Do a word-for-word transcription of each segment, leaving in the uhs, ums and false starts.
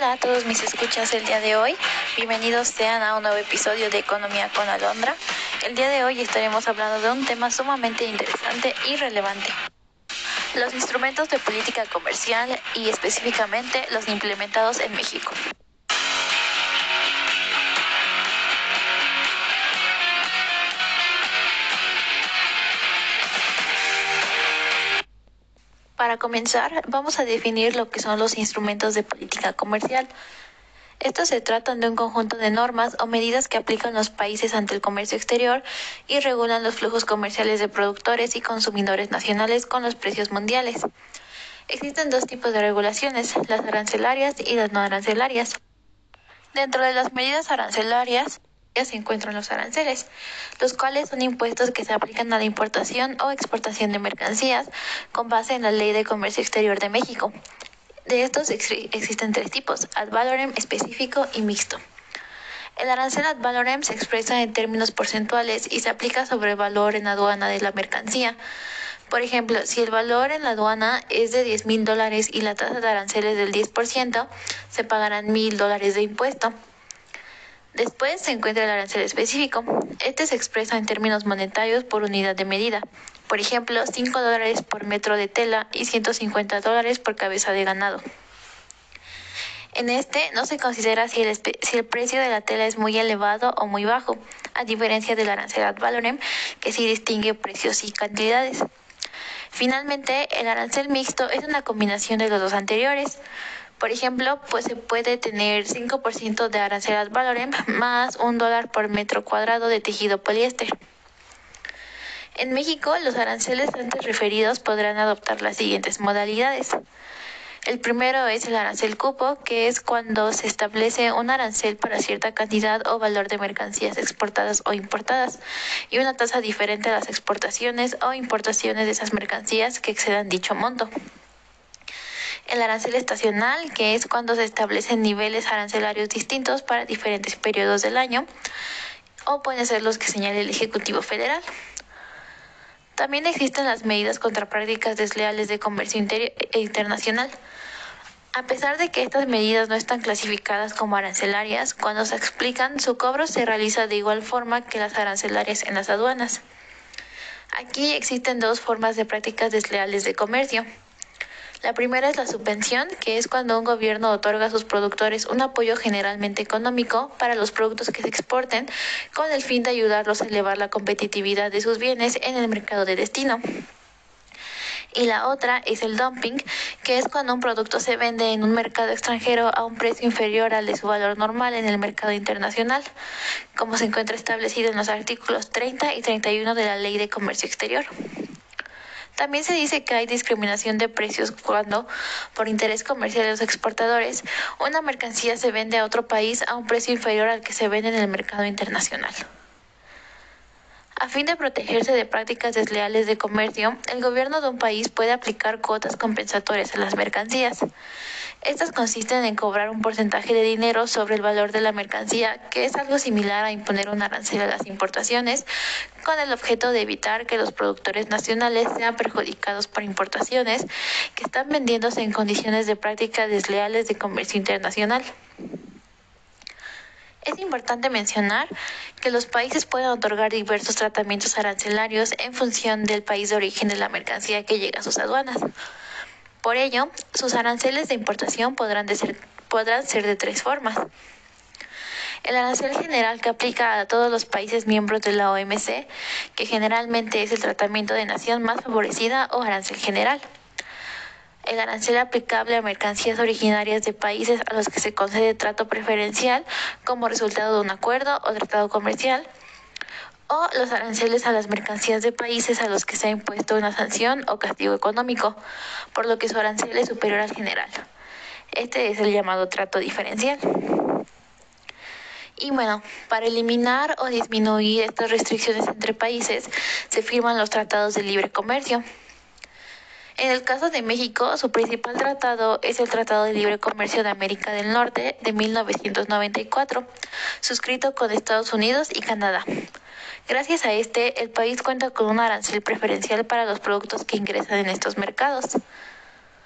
Hola a todos mis escuchas el día de hoy. Bienvenidos sean a un nuevo episodio de Economía con Alondra. El día de hoy estaremos hablando de un tema sumamente interesante y relevante: los instrumentos de política comercial y específicamente los implementados en México. Para comenzar, vamos a definir lo que son los instrumentos de política comercial. Estos se tratan de un conjunto de normas o medidas que aplican los países ante el comercio exterior y regulan los flujos comerciales de productores y consumidores nacionales con los precios mundiales. Existen dos tipos de regulaciones, las arancelarias y las no arancelarias. Dentro de las medidas arancelarias ya se encuentran los aranceles, los cuales son impuestos que se aplican a la importación o exportación de mercancías con base en la Ley de Comercio Exterior de México. De estos ex- existen tres tipos: ad valorem, específico y mixto. El arancel ad valorem se expresa en términos porcentuales y se aplica sobre el valor en aduana de la mercancía. Por ejemplo, si el valor en la aduana es de diez mil dólares y la tasa de arancel es del diez por ciento, se pagarán mil dólares de impuesto. Después se encuentra el arancel específico. Este se expresa en términos monetarios por unidad de medida. Por ejemplo, cinco dólares por metro de tela y ciento cincuenta dólares por cabeza de ganado. En este no se considera si el, si el precio de la tela es muy elevado o muy bajo, a diferencia del arancel ad valorem, que sí distingue precios y cantidades. Finalmente, el arancel mixto es una combinación de los dos anteriores. Por ejemplo, pues se puede tener cinco por ciento de arancel ad valorem más un dólar por metro cuadrado de tejido poliéster. En México, los aranceles antes referidos podrán adoptar las siguientes modalidades. El primero es el arancel cupo, que es cuando se establece un arancel para cierta cantidad o valor de mercancías exportadas o importadas y una tasa diferente a las exportaciones o importaciones de esas mercancías que excedan dicho monto. El arancel estacional, que es cuando se establecen niveles arancelarios distintos para diferentes periodos del año, o pueden ser los que señale el Ejecutivo Federal. También existen las medidas contra prácticas desleales de comercio inter- e internacional. A pesar de que estas medidas no están clasificadas como arancelarias, cuando se explican, su cobro se realiza de igual forma que las arancelarias en las aduanas. Aquí existen dos formas de prácticas desleales de comercio. La primera es la subvención, que es cuando un gobierno otorga a sus productores un apoyo generalmente económico para los productos que se exporten, con el fin de ayudarlos a elevar la competitividad de sus bienes en el mercado de destino. Y la otra es el dumping, que es cuando un producto se vende en un mercado extranjero a un precio inferior al de su valor normal en el mercado internacional, como se encuentra establecido en los artículos treinta y treinta y uno de la Ley de Comercio Exterior. También se dice que hay discriminación de precios cuando, por interés comercial de los exportadores, una mercancía se vende a otro país a un precio inferior al que se vende en el mercado internacional. A fin de protegerse de prácticas desleales de comercio, el gobierno de un país puede aplicar cuotas compensatorias a las mercancías. Estas consisten en cobrar un porcentaje de dinero sobre el valor de la mercancía, que es algo similar a imponer un arancel a las importaciones, con el objeto de evitar que los productores nacionales sean perjudicados por importaciones que están vendiéndose en condiciones de prácticas desleales de comercio internacional. Es importante mencionar que los países pueden otorgar diversos tratamientos arancelarios en función del país de origen de la mercancía que llega a sus aduanas. Por ello, sus aranceles de importación podrán, de ser, podrán ser de tres formas. El arancel general, que aplica a todos los países miembros de la O M C, que generalmente es el tratamiento de nación más favorecida o arancel general. El arancel aplicable a mercancías originarias de países a los que se concede trato preferencial como resultado de un acuerdo o tratado comercial, o los aranceles a las mercancías de países a los que se ha impuesto una sanción o castigo económico, por lo que su arancel es superior al general. Este es el llamado trato diferencial. Y bueno, para eliminar o disminuir estas restricciones entre países, se firman los tratados de libre comercio. En el caso de México, su principal tratado es el Tratado de Libre Comercio de América del Norte de mil novecientos noventa y cuatro, suscrito con Estados Unidos y Canadá. Gracias a este, el país cuenta con un arancel preferencial para los productos que ingresan en estos mercados.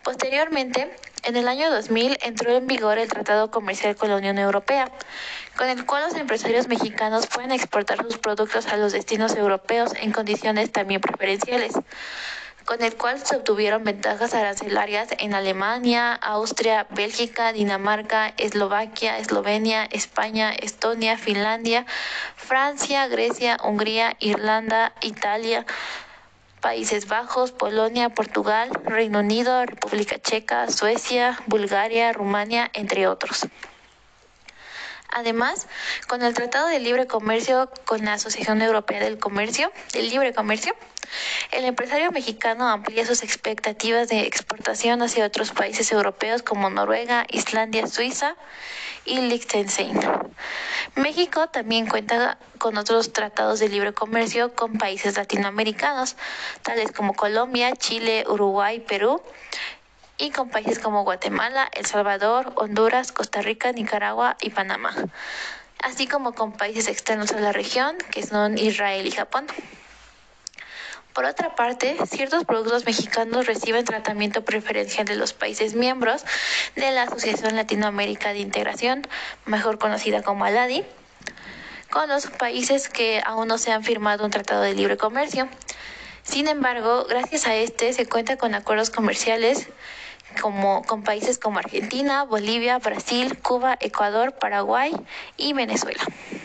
Posteriormente, en el año dos mil entró en vigor el Tratado Comercial con la Unión Europea, con el cual los empresarios mexicanos pueden exportar sus productos a los destinos europeos en condiciones también preferenciales, con el cual se obtuvieron ventajas arancelarias en Alemania, Austria, Bélgica, Dinamarca, Eslovaquia, Eslovenia, España, Estonia, Finlandia, Francia, Grecia, Hungría, Irlanda, Italia, Países Bajos, Polonia, Portugal, Reino Unido, República Checa, Suecia, Bulgaria, Rumania, entre otros. Además, con el Tratado de Libre Comercio con la Asociación Europea del Comercio, del Libre Comercio, el empresario mexicano amplía sus expectativas de exportación hacia otros países europeos como Noruega, Islandia, Suiza y Liechtenstein. México también cuenta con otros tratados de libre comercio con países latinoamericanos, tales como Colombia, Chile, Uruguay, Perú, y con países como Guatemala, El Salvador, Honduras, Costa Rica, Nicaragua y Panamá, así como con países externos a la región, que son Israel y Japón. Por otra parte, ciertos productos mexicanos reciben tratamiento preferencial de los países miembros de la Asociación Latinoamérica de Integración, mejor conocida como ALADI, con los países que aún no se han firmado un tratado de libre comercio. Sin embargo, gracias a este se cuenta con acuerdos comerciales como con países como Argentina, Bolivia, Brasil, Cuba, Ecuador, Paraguay y Venezuela.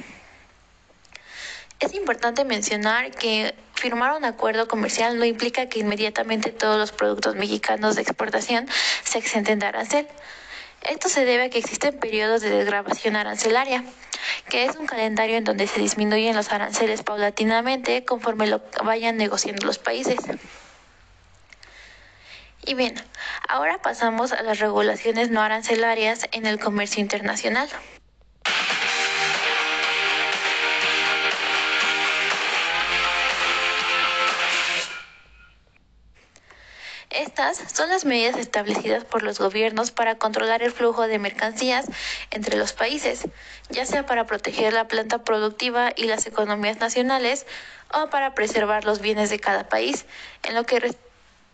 Es importante mencionar que firmar un acuerdo comercial no implica que inmediatamente todos los productos mexicanos de exportación se exenten de arancel. Esto se debe a que existen periodos de desgravación arancelaria, que es un calendario en donde se disminuyen los aranceles paulatinamente conforme lo vayan negociando los países. Y bien, ahora pasamos a las regulaciones no arancelarias en el comercio internacional. Estas son las medidas establecidas por los gobiernos para controlar el flujo de mercancías entre los países, ya sea para proteger la planta productiva y las economías nacionales o para preservar los bienes de cada país, en lo que respecta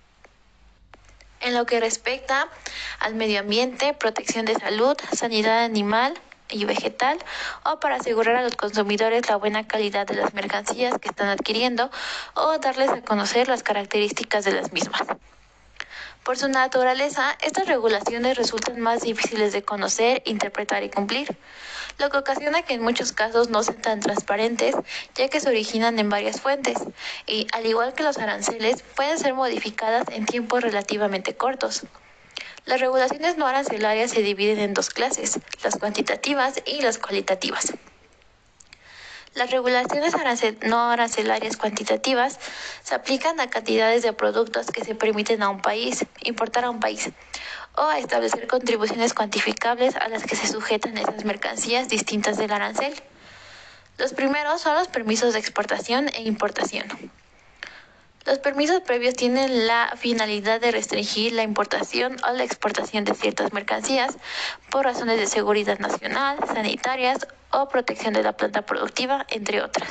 En lo que respecta al medio ambiente, protección de salud, sanidad animal y vegetal, o para asegurar a los consumidores la buena calidad de las mercancías que están adquiriendo o darles a conocer las características de las mismas. Por su naturaleza, estas regulaciones resultan más difíciles de conocer, interpretar y cumplir, lo que ocasiona que en muchos casos no sean tan transparentes, ya que se originan en varias fuentes, y, al igual que los aranceles, pueden ser modificadas en tiempos relativamente cortos. Las regulaciones no arancelarias se dividen en dos clases, las cuantitativas y las cualitativas. Las regulaciones arancel no arancelarias cuantitativas se aplican a cantidades de productos que se permiten a un país importar a un país, o a establecer contribuciones cuantificables a las que se sujetan esas mercancías distintas del arancel. Los primeros son los permisos de exportación e importación. Los permisos previos tienen la finalidad de restringir la importación o la exportación de ciertas mercancías por razones de seguridad nacional, sanitarias o protección de la planta productiva, entre otras.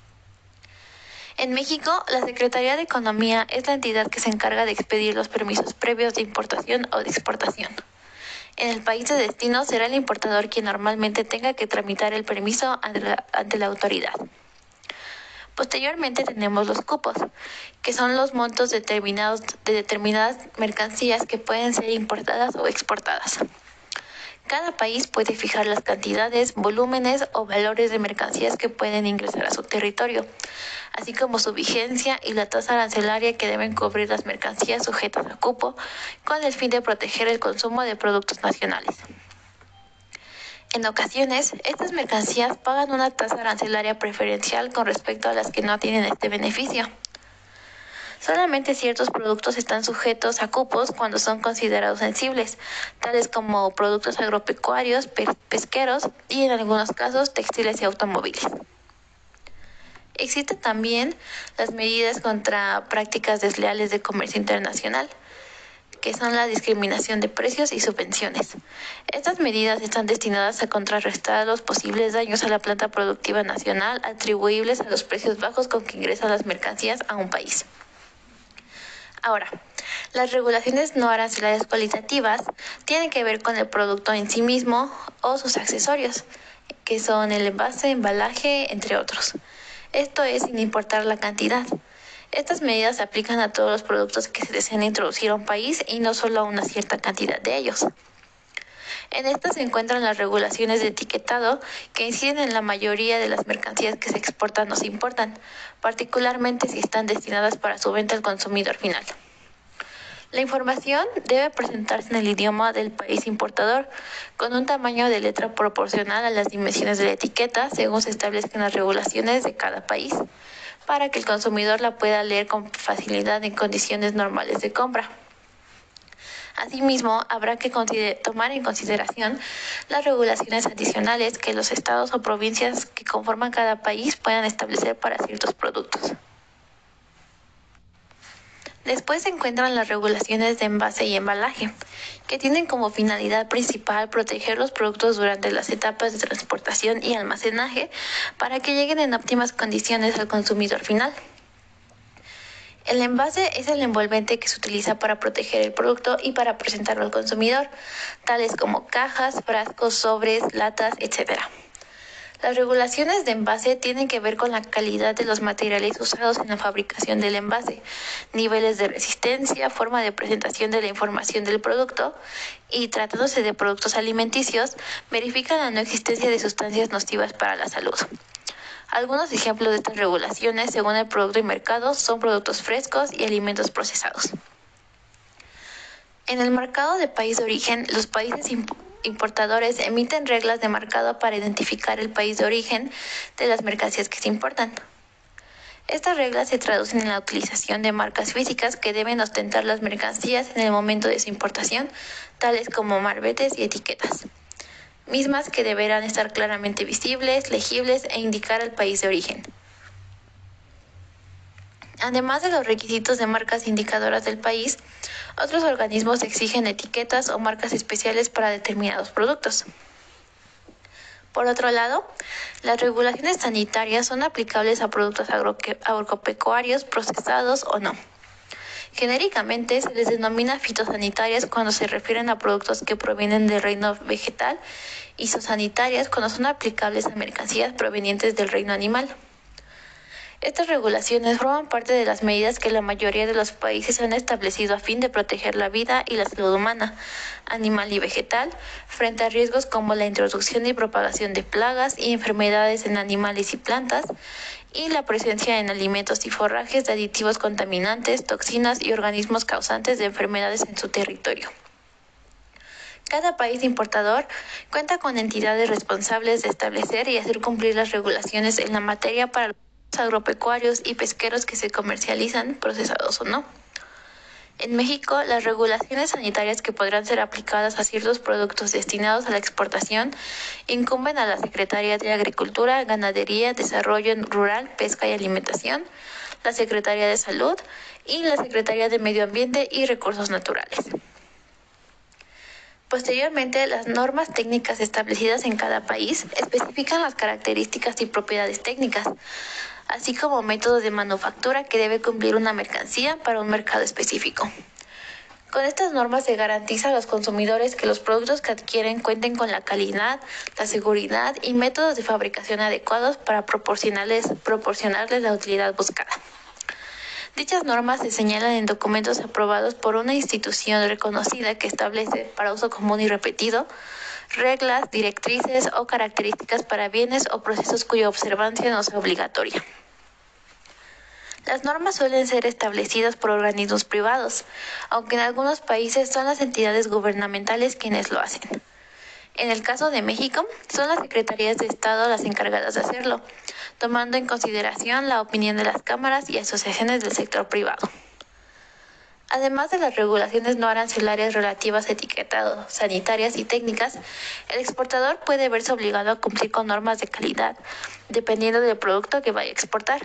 En México, la Secretaría de Economía es la entidad que se encarga de expedir los permisos previos de importación o de exportación. En el país de destino será el importador quien normalmente tenga que tramitar el permiso ante la, ante la autoridad. Posteriormente tenemos los cupos, que son los montos determinados de determinadas mercancías que pueden ser importadas o exportadas. Cada país puede fijar las cantidades, volúmenes o valores de mercancías que pueden ingresar a su territorio, así como su vigencia y la tasa arancelaria que deben cubrir las mercancías sujetas a cupo, con el fin de proteger el consumo de productos nacionales. En ocasiones, estas mercancías pagan una tasa arancelaria preferencial con respecto a las que no tienen este beneficio. Solamente ciertos productos están sujetos a cupos cuando son considerados sensibles, tales como productos agropecuarios, pesqueros y en algunos casos textiles y automóviles. Existen también las medidas contra prácticas desleales de comercio internacional, que son la discriminación de precios y subvenciones. Estas medidas están destinadas a contrarrestar los posibles daños a la planta productiva nacional atribuibles a los precios bajos con que ingresan las mercancías a un país. Ahora, Las regulaciones no arancelarias cualitativas tienen que ver con el producto en sí mismo o sus accesorios, que son el envase, embalaje, entre otros. Esto es sin importar la cantidad. Estas medidas se aplican a todos los productos que se desean introducir a un país y no solo a una cierta cantidad de ellos. En estas se encuentran las regulaciones de etiquetado que inciden en la mayoría de las mercancías que se exportan o se importan, particularmente si están destinadas para su venta al consumidor final. La información debe presentarse en el idioma del país importador, con un tamaño de letra proporcional a las dimensiones de la etiqueta, según se establezcan las regulaciones de cada país, para que el consumidor la pueda leer con facilidad en condiciones normales de compra. Asimismo, habrá que tomar en consideración las regulaciones adicionales que los estados o provincias que conforman cada país puedan establecer para ciertos productos. Después se encuentran las regulaciones de envase y embalaje, que tienen como finalidad principal proteger los productos durante las etapas de transportación y almacenaje para que lleguen en óptimas condiciones al consumidor final. El envase es el envolvente que se utiliza para proteger el producto y para presentarlo al consumidor, tales como cajas, frascos, sobres, latas, etcétera. Las regulaciones de envase tienen que ver con la calidad de los materiales usados en la fabricación del envase, niveles de resistencia, forma de presentación de la información del producto y, tratándose de productos alimenticios, verifican la no existencia de sustancias nocivas para la salud. Algunos ejemplos de estas regulaciones, según el producto y mercado, son productos frescos y alimentos procesados. En el marcado de país de origen, los países importadores emiten reglas de marcado para identificar el país de origen de las mercancías que se importan. Estas reglas se traducen en la utilización de marcas físicas que deben ostentar las mercancías en el momento de su importación, tales como marbetes y etiquetas, mismas que deberán estar claramente visibles, legibles e indicar el país de origen. Además de los requisitos de marcas indicadoras del país, otros organismos exigen etiquetas o marcas especiales para determinados productos. Por otro lado, las regulaciones sanitarias son aplicables a productos agropecuarios procesados o no. Genéricamente se les denomina fitosanitarias cuando se refieren a productos que provienen del reino vegetal y zoosanitarias cuando son aplicables a mercancías provenientes del reino animal. Estas regulaciones forman parte de las medidas que la mayoría de los países han establecido a fin de proteger la vida y la salud humana, animal y vegetal, frente a riesgos como la introducción y propagación de plagas y enfermedades en animales y plantas, y la presencia en alimentos y forrajes de aditivos contaminantes, toxinas y organismos causantes de enfermedades en su territorio. Cada país importador cuenta con entidades responsables de establecer y hacer cumplir las regulaciones en la materia para los agropecuarios y pesqueros que se comercializan, procesados o no. En México, las regulaciones sanitarias que podrán ser aplicadas a ciertos productos destinados a la exportación incumben a la Secretaría de Agricultura, Ganadería, Desarrollo Rural, Pesca y Alimentación, la Secretaría de Salud y la Secretaría de Medio Ambiente y Recursos Naturales. Posteriormente, las normas técnicas establecidas en cada país especifican las características y propiedades técnicas, así como métodos de manufactura que debe cumplir una mercancía para un mercado específico. Con estas normas se garantiza a los consumidores que los productos que adquieren cuenten con la calidad, la seguridad y métodos de fabricación adecuados para proporcionarles, proporcionarles la utilidad buscada. Dichas normas se señalan en documentos aprobados por una institución reconocida que establece, para uso común y repetido, reglas, directrices o características para bienes o procesos cuya observancia no sea obligatoria. Las normas suelen ser establecidas por organismos privados, aunque en algunos países son las entidades gubernamentales quienes lo hacen. En el caso de México, son las secretarías de Estado las encargadas de hacerlo, tomando en consideración la opinión de las cámaras y asociaciones del sector privado. Además de las regulaciones no arancelarias relativas a etiquetado, sanitarias y técnicas, el exportador puede verse obligado a cumplir con normas de calidad, dependiendo del producto que vaya a exportar.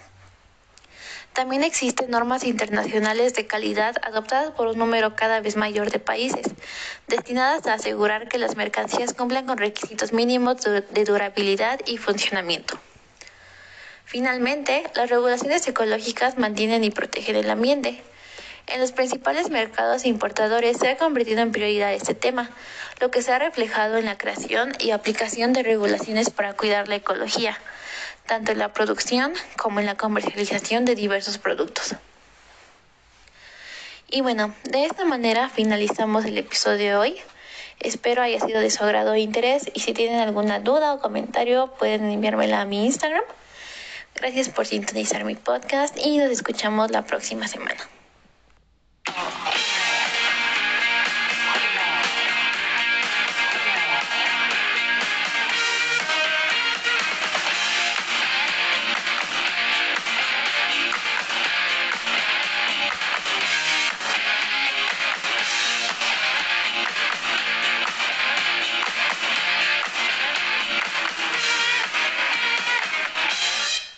También existen normas internacionales de calidad adoptadas por un número cada vez mayor de países, destinadas a asegurar que las mercancías cumplan con requisitos mínimos de durabilidad y funcionamiento. Finalmente, las regulaciones ecológicas mantienen y protegen el ambiente. En los principales mercados importadores se ha convertido en prioridad este tema, lo que se ha reflejado en la creación y aplicación de regulaciones para cuidar la ecología, tanto en la producción como en la comercialización de diversos productos. Y bueno, de esta manera finalizamos el episodio de hoy. Espero haya sido de su agrado e interés, y si tienen alguna duda o comentario pueden enviármela a mi Instagram. Gracias por sintonizar mi podcast y nos escuchamos la próxima semana.